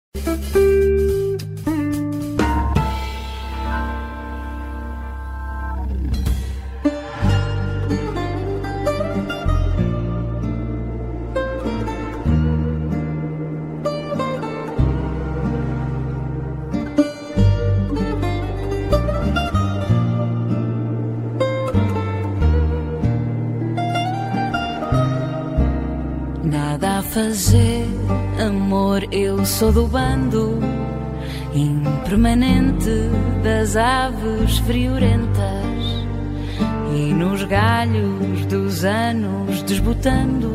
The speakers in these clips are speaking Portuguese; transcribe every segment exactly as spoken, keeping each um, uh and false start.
Nada a fazer, amor, eu sou do bando impermanente das aves friorentas, e nos galhos dos anos desbotando,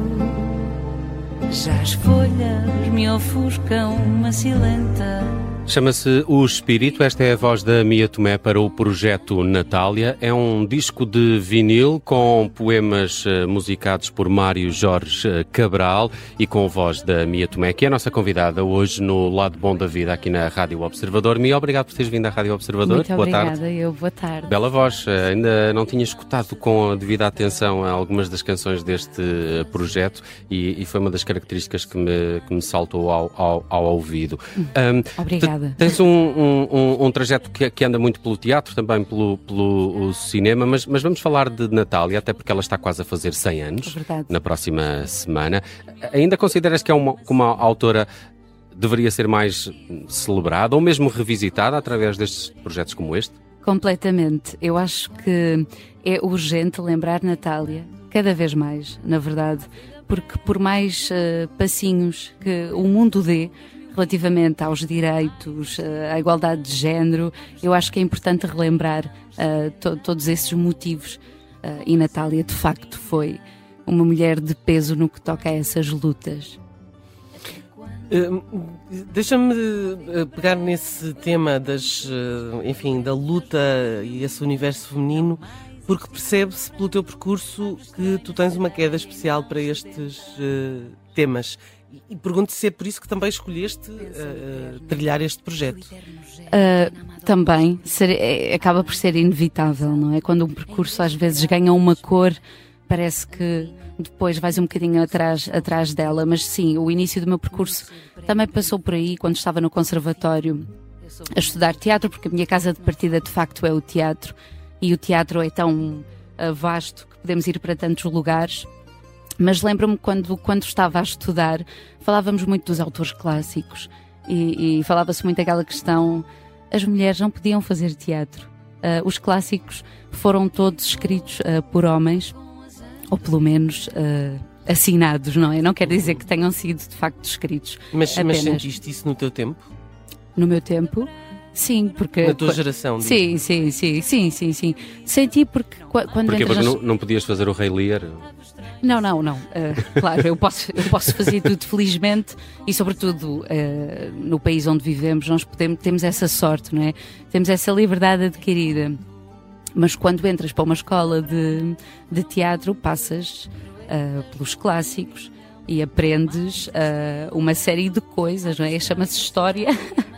já as folhas me ofuscam macilenta. Chama-se O Espírito, esta é a voz da Mia Tomé para o projeto Natália. É um disco de vinil com poemas uh, musicados por Mário Jorge uh, Cabral e com a voz da Mia Tomé, que é a nossa convidada hoje no Lado Bom da Vida aqui na Rádio Observador. Mia, obrigado por teres vindo à Rádio Observador. Muito boa obrigada, tarde. eu, boa tarde. Bela voz, uh, ainda não tinha escutado com a devida atenção algumas das canções deste uh, projeto e, e foi uma das características que me, que me saltou ao, ao, ao ouvido. Um, Obrigada. Tens um, um, um, um trajeto que, que anda muito pelo teatro, também pelo, pelo cinema, mas, mas vamos falar de Natália, até porque ela está quase a fazer cem anos, é na próxima semana. Ainda consideras que é uma, uma autora deveria ser mais celebrada ou mesmo revisitada através destes projetos como este? Completamente. Eu acho que é urgente lembrar Natália, cada vez mais, na verdade, porque por mais uh, passinhos que o mundo dê relativamente aos direitos, à igualdade de género, eu acho que é importante relembrar uh, to- todos esses motivos. Uh, e Natália, de facto, foi uma mulher de peso no que toca a essas lutas. Uh, deixa-me uh, pegar nesse tema das, uh, enfim, da luta e esse universo feminino, porque percebe-se pelo teu percurso que tu tens uma queda especial para estes uh, temas. E pergunto se é por isso que também escolheste uh, trilhar este projeto. Uh, também ser, é, acaba por ser inevitável, não é? Quando um percurso às vezes ganha uma cor, parece que depois vais um bocadinho atrás, atrás dela. Mas sim, o início do meu percurso também passou por aí, quando estava no conservatório a estudar teatro, porque a minha casa de partida de facto é o teatro, e o teatro é tão uh, vasto que podemos ir para tantos lugares. Mas lembro-me quando, quando estava a estudar, falávamos muito dos autores clássicos e, e falava-se muito daquela questão, as mulheres não podiam fazer teatro. Uh, os clássicos foram todos escritos uh, por homens, ou pelo menos uh, assinados, não é? Não quer dizer que tenham sido de facto escritos mas, apenas. Mas sentiste isso no teu tempo? No meu tempo? Sim, porque... Na tua geração? Sim, sim, sim, sim, sim, sim. Senti porque quando Porque, entras... porque não, não podias fazer o Rei Lear? Não, não, não. Uh, claro, eu posso, eu posso fazer tudo, felizmente, e sobretudo uh, no país onde vivemos, nós podemos, temos essa sorte, não é? Temos essa liberdade adquirida. Mas quando entras para uma escola de, de teatro, passas uh, pelos clássicos e aprendes uh, uma série de coisas, não é? Chama-se história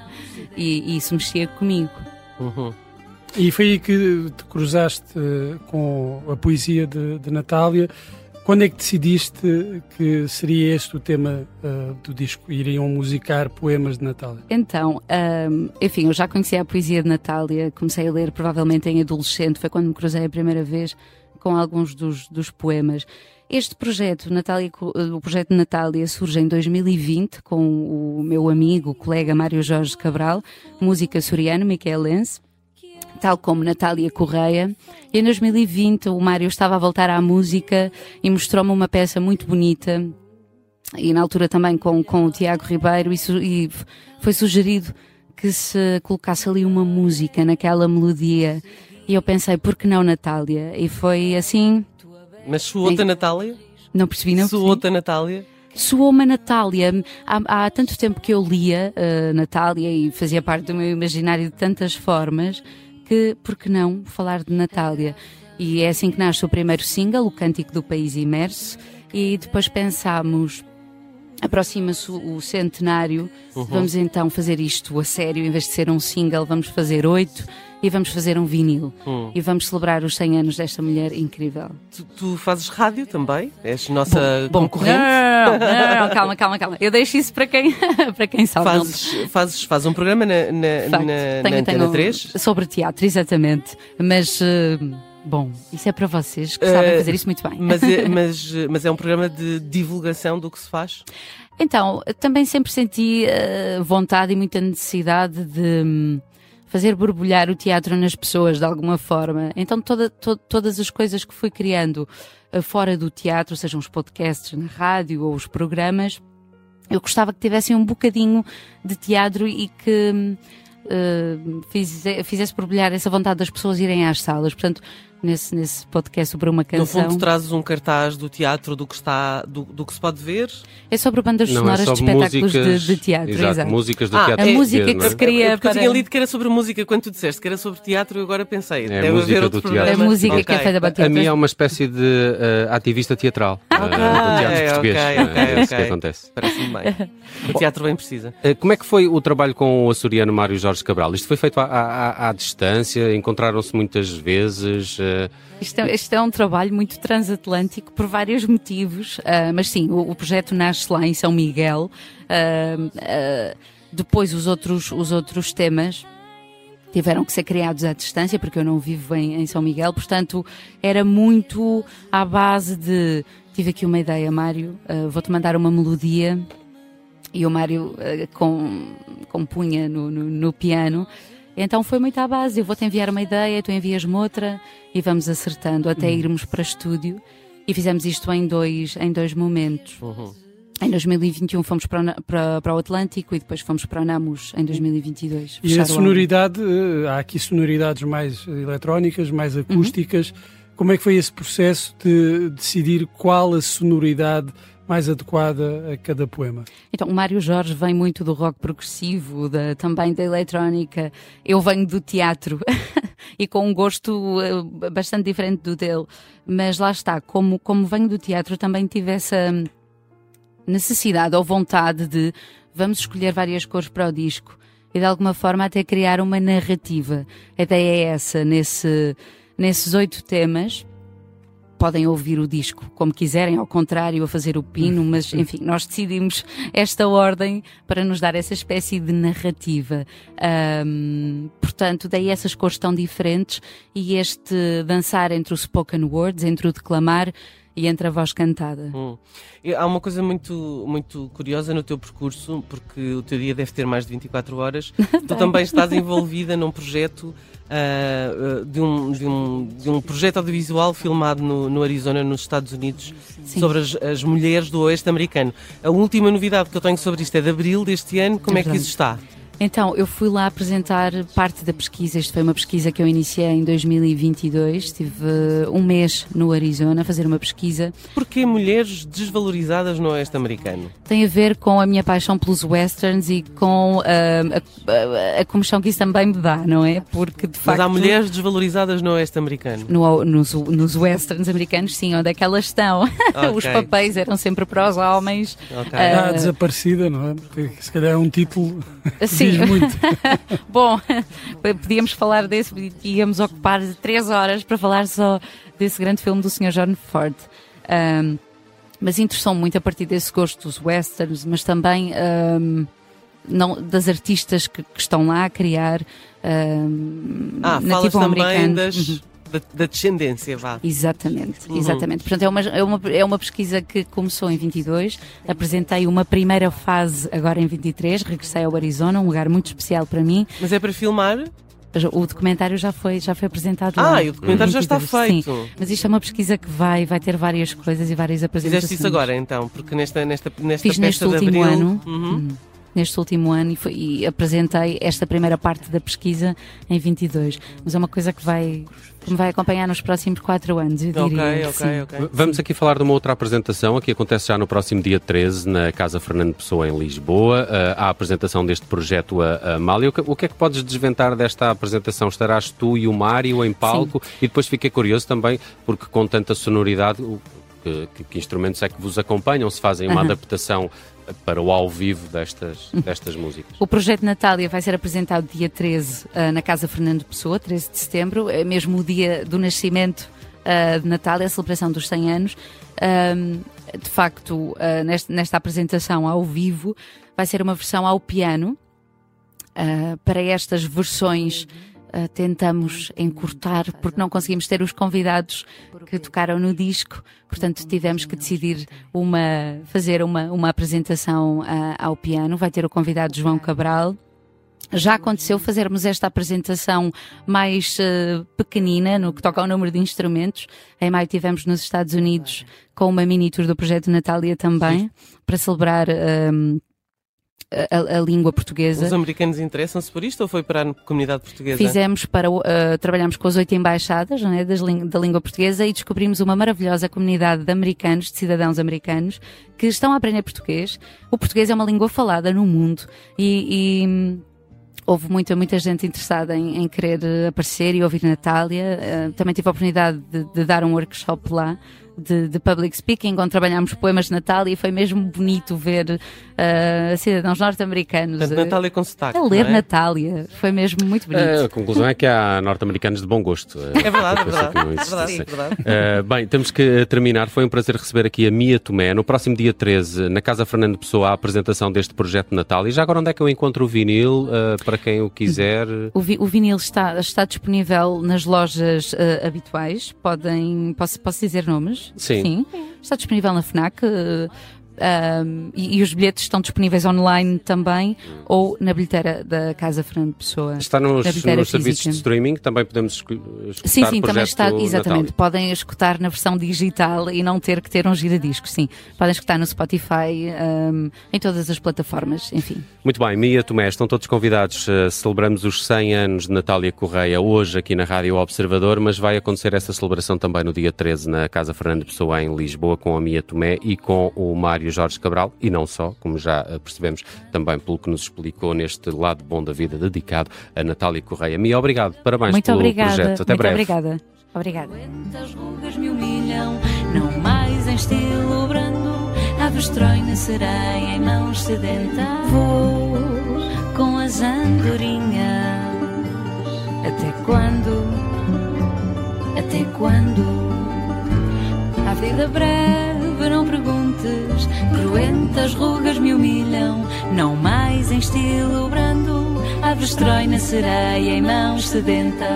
e, e isso mexia comigo. Uhum. E foi aí que te cruzaste uh, com a poesia de, de Natália. Quando é que decidiste que seria este o tema uh, do disco? Iriam musicar poemas de Natália? Então, um, enfim, eu já conhecia a poesia de Natália, comecei a ler provavelmente em adolescente, foi quando me cruzei a primeira vez com alguns dos, dos poemas. Este projeto, Natália, o projeto de Natália, surge em dois mil e vinte com o meu amigo, colega Mário Jorge Cabral, música açoriano, micaelense, tal como Natália Correia. E em dois mil e vinte o Mário estava a voltar à música e mostrou-me uma peça muito bonita, e na altura também com, com o Tiago Ribeiro, e, su- e foi sugerido que se colocasse ali uma música naquela melodia, e eu pensei, por que não Natália? E foi assim... Mas soou-te a Natália? Não percebi, não percebi. Soou-te a Natália? Soou-me a Natália. Há, há tanto tempo que eu lia uh, Natália e fazia parte do meu imaginário de tantas formas, que, por que não, falar de Natália? E é assim que nasce o primeiro single, o Cântico do País Imerso, e depois pensámos, aproxima-se o centenário, Uhum. vamos então fazer isto a sério, em vez de ser um single, vamos fazer oito e vamos fazer um vinil. Uhum. E vamos celebrar os cem anos desta mulher incrível. Tu, tu fazes rádio também? És nossa Bom, concorrente? Não, não, não, não, calma, calma, calma. Eu deixo isso para quem, para quem sabe. Fazes, fazes, fazes um programa na, na, Facto, na, tenho- na Antena tenho três? Sobre teatro, exatamente. Mas, eh, bom, isso é para vocês que sabem Eh, fazer isso muito bem. Mas é, mas, mas é um programa de divulgação do que se faz? Então, também sempre senti eh, vontade e muita necessidade de hum, fazer borbulhar o teatro nas pessoas de alguma forma. Então, toda, to- todas as coisas que fui criando eh, fora do teatro, sejam os podcasts na rádio ou os programas, eu gostava que tivessem um bocadinho de teatro e que hum, eh, fize- fizesse borbulhar essa vontade das pessoas irem às salas. Portanto, nesse, nesse podcast sobre uma No canção, fundo, trazes um cartaz do teatro, do que, está, do, do que se pode ver? é sobre bandas Não, sonoras é de sobre espetáculos de, músicas, de teatro. Exato, exato. músicas do Ah, teatro. a é- música português, que não é? se cria É porque para... eu tinha lido que era sobre música quando tu disseste que era sobre teatro e agora pensei. É, deve a música haver outro do teatro. programa. A música Ok. que é feita para A teatro. mim é uma espécie de eh, ativista teatral eh, do teatro ok, português. ok, Eh, é isso ok. que acontece. Parece-me bem. O teatro bem precisa. Eh, Como é que foi o trabalho com o açoriano Mário Jorge Cabral? Isto foi feito à, à- à distância? Encontraram-se muitas vezes? eh, Isto é, isto é um trabalho muito transatlântico por vários motivos, ah, mas sim, o, o projeto nasce lá em São Miguel. ah, ah, depois os outros, os outros temas tiveram que ser criados à distância, porque eu não vivo em, em São Miguel, portanto era muito à base de, tive aqui uma ideia, Mário, ah, vou-te mandar uma melodia, e o Mário ah, com, compunha no, no, no piano. Então foi muito à base, eu vou-te enviar uma ideia, tu envias-me outra e vamos acertando até irmos para estúdio, e fizemos isto em dois, em dois momentos. Uhum. Em dois mil e vinte e um fomos para o, Na- para, para o Atlântico e depois fomos para o Namus em dois mil e vinte e dois. E fechar a o álbum. sonoridade, eh, há aqui sonoridades mais eletrónicas, mais acústicas. Como é que foi esse processo de decidir qual a sonoridade mais adequada a cada poema? Então, o Mário Jorge vem muito do rock progressivo, da, também da eletrónica. Eu venho do teatro e com um gosto eh, bastante diferente do dele. Mas lá está, como, como venho do teatro, também tive essa necessidade ou vontade de vamos escolher várias cores para o disco e de alguma forma até criar uma narrativa. A ideia é essa, nesse, nesses oito temas. Podem ouvir o disco como quiserem, ao contrário, a fazer o pino, mas enfim, nós decidimos esta ordem para nos dar essa espécie de narrativa. Ahm, portanto, daí essas cores tão diferentes e este dançar entre o spoken words, entre o declamar e entre a voz cantada. Hum. E há uma coisa muito, muito curiosa no teu percurso, porque o teu dia deve ter mais de vinte e quatro horas. Tu também estás envolvida num projeto ah, ah, de, um, de, um, de um projeto audiovisual filmado no, no Arizona, nos Estados Unidos, Sim. sobre as, as mulheres do oeste americano. A última novidade que eu tenho sobre isto é de abril deste ano. Como É é que verdade. isso está? Então, eu fui lá apresentar parte da pesquisa. Isto foi uma pesquisa que eu iniciei em dois mil e vinte e dois. Estive uh, um mês no Arizona a fazer uma pesquisa. Porquê mulheres desvalorizadas no oeste americano? Tem a ver com a minha paixão pelos westerns e com uh, a, a, a comoção que isso também me dá, não é? Porque, de facto... Mas há mulheres desvalorizadas no oeste americano. No, nos, nos westerns americanos, sim, onde é que elas estão? Os Ok. papéis eram sempre para os homens. Ok. Está Ah, desaparecida, não é? Porque se calhar é um título que Sim. diz muito. Bom, podíamos falar desse e íamos ocupar três horas para falar só desse grande filme do senhor John Ford. Um, mas interessou-me muito a partir desse gosto dos westerns, mas também um, não, das artistas que, que estão lá a criar um, Ah, falas também nativo-americanos. das, Uhum. da, da descendência, vá. Exatamente, Uhum. exatamente. Portanto, é uma, é, uma, é uma pesquisa que começou em vinte e dois, apresentei uma primeira fase agora em vinte e três, regressei ao Arizona, um lugar muito especial para mim. Mas é para filmar? O documentário já foi, já foi apresentado lá. Ah, e o documentário já está vinte e dois, feito. Sim. Mas isto é uma pesquisa que vai, vai ter várias coisas e várias apresentações. Fizeste isso agora, então? Porque nesta, nesta, nesta Fiz neste festa de último abril... ano. Uhum. Hum. Neste último ano e, foi, e apresentei esta primeira parte da pesquisa em vinte e dois. Mas é uma coisa que, vai, que me vai acompanhar nos próximos quatro anos, eu Ok, diria. ok, sim. ok. Vamos aqui falar de uma outra apresentação que acontece já no próximo dia treze na Casa Fernando Pessoa em Lisboa. Uh, a apresentação deste projeto a, a Mália. O que, o que é que podes desventar desta apresentação? Estarás tu e o Mário em palco? Sim. E depois fiquei curioso também, porque com tanta sonoridade, o, que, que instrumentos é que vos acompanham? Se fazem uma Uhum. adaptação para o ao vivo destas, destas músicas. O projeto Natália vai ser apresentado dia treze uh, na Casa Fernando Pessoa, treze de setembro, é mesmo o dia do nascimento uh, de Natália, a celebração dos cem anos. Um, de facto, uh, nesta, nesta apresentação ao vivo, vai ser uma versão ao piano. Uh, para estas versões uh, tentamos encurtar, porque não conseguimos ter os convidados que tocaram no disco, portanto tivemos que decidir uma, fazer uma, uma apresentação uh, ao piano. Vai ter o convidado João Cabral. Já aconteceu fazermos esta apresentação mais uh, pequenina, no que toca ao número de instrumentos. Em maio tivemos nos Estados Unidos com uma mini tour do projeto Natália também, para celebrar um, A, a língua portuguesa. Os americanos interessam-se por isto ou foi para a comunidade portuguesa? Fizemos para, uh, trabalhamos com as oito embaixadas, não é, das, da língua portuguesa, e descobrimos uma maravilhosa comunidade de americanos, de cidadãos americanos, que estão a aprender português. O português é uma língua falada no mundo e, e houve muita, muita gente interessada em, em querer aparecer e ouvir Natália. Uh, também tive a oportunidade de, de dar um workshop lá, De, de public speaking, onde trabalhámos poemas de Natália, e foi mesmo bonito ver uh, cidadãos norte-americanos a Natália com sotaque, a ler não é? Natália. Foi mesmo muito bonito. Uh, a conclusão é que há norte-americanos de bom gosto. É verdade, é verdade. Que não É verdade, é verdade. Uh, bem, temos que terminar. Foi um prazer receber aqui a Mia Tomé. No próximo dia treze, na Casa Fernando Pessoa, a apresentação deste projeto de Natália. E já agora, onde é que eu encontro o vinil, uh, para quem o quiser? O, vi, o vinil está, está disponível nas lojas uh, habituais. Podem, posso, posso dizer nomes? Sim. Sim. Está disponível na FNAC. Uh, Um, e, e os bilhetes estão disponíveis online também, ou na bilheteira da Casa Fernando Pessoa. Está nos, nos serviços de streaming, também podemos escutar. Sim, sim, o também está, exatamente. Natália. Podem escutar na versão digital e não ter que ter um giradisco, sim. Podem escutar no Spotify, um, em todas as plataformas, enfim. Muito bem, Mia Tomé, estão todos convidados. Uh, celebramos os cem anos de Natália Correia hoje aqui na Rádio Observador, mas vai acontecer essa celebração também no dia treze na Casa Fernando Pessoa em Lisboa, com a Mia Tomé e com o Mário Jorge Cabral, e não só, como já percebemos também pelo que nos explicou neste lado bom da vida dedicado a Natália Correia. Mia, obrigado, parabéns muito pelo obrigada, projeto. Até muito breve. Obrigada. Obrigada. Quantas rugas me humilham, não mais em estilo brando, aves Troia na sereia em mãos sedentas. Vou com as andorinhas, até quando, até quando? A vida breve, não perguntes, cruentas rugas me humilham, não mais em estilo brando, aves Troia na sereia em mãos sedentas.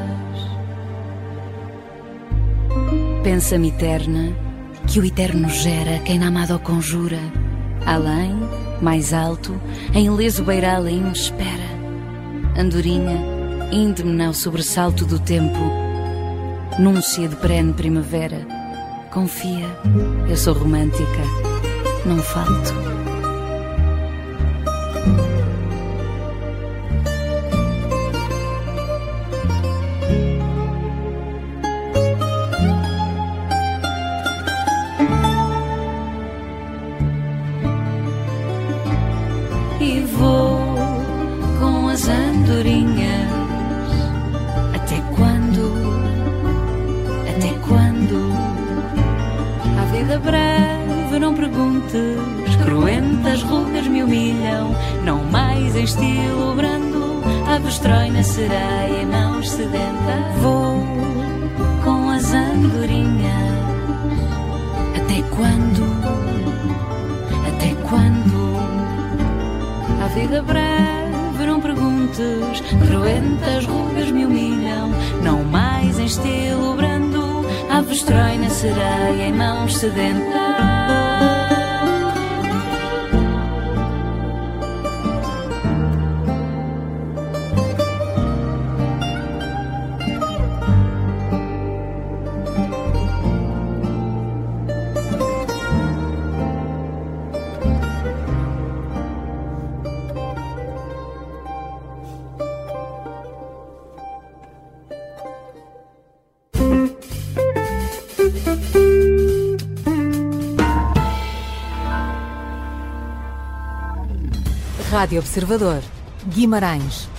Pensa-me eterna, que o eterno gera quem na amada o conjura. Além, mais alto, em leso beiral em me espera. Andorinha, inde-me ao sobressalto do tempo, núncia de perene primavera. Confia, eu sou romântica, não falto. E vou com as andorinhas, até quando, até quando? A vida breve, não perguntes, cruentas rugas me humilham, não mais em estilo brando, aves Troia na sereia em mãos sedentas. Vou com as andorinhas, até quando, até quando? A vida breve, não perguntes, cruentas rugas me humilham, não mais em estilo brando, aves Troia na sereia em mãos sedentas. Rádio Observador, Guimarães.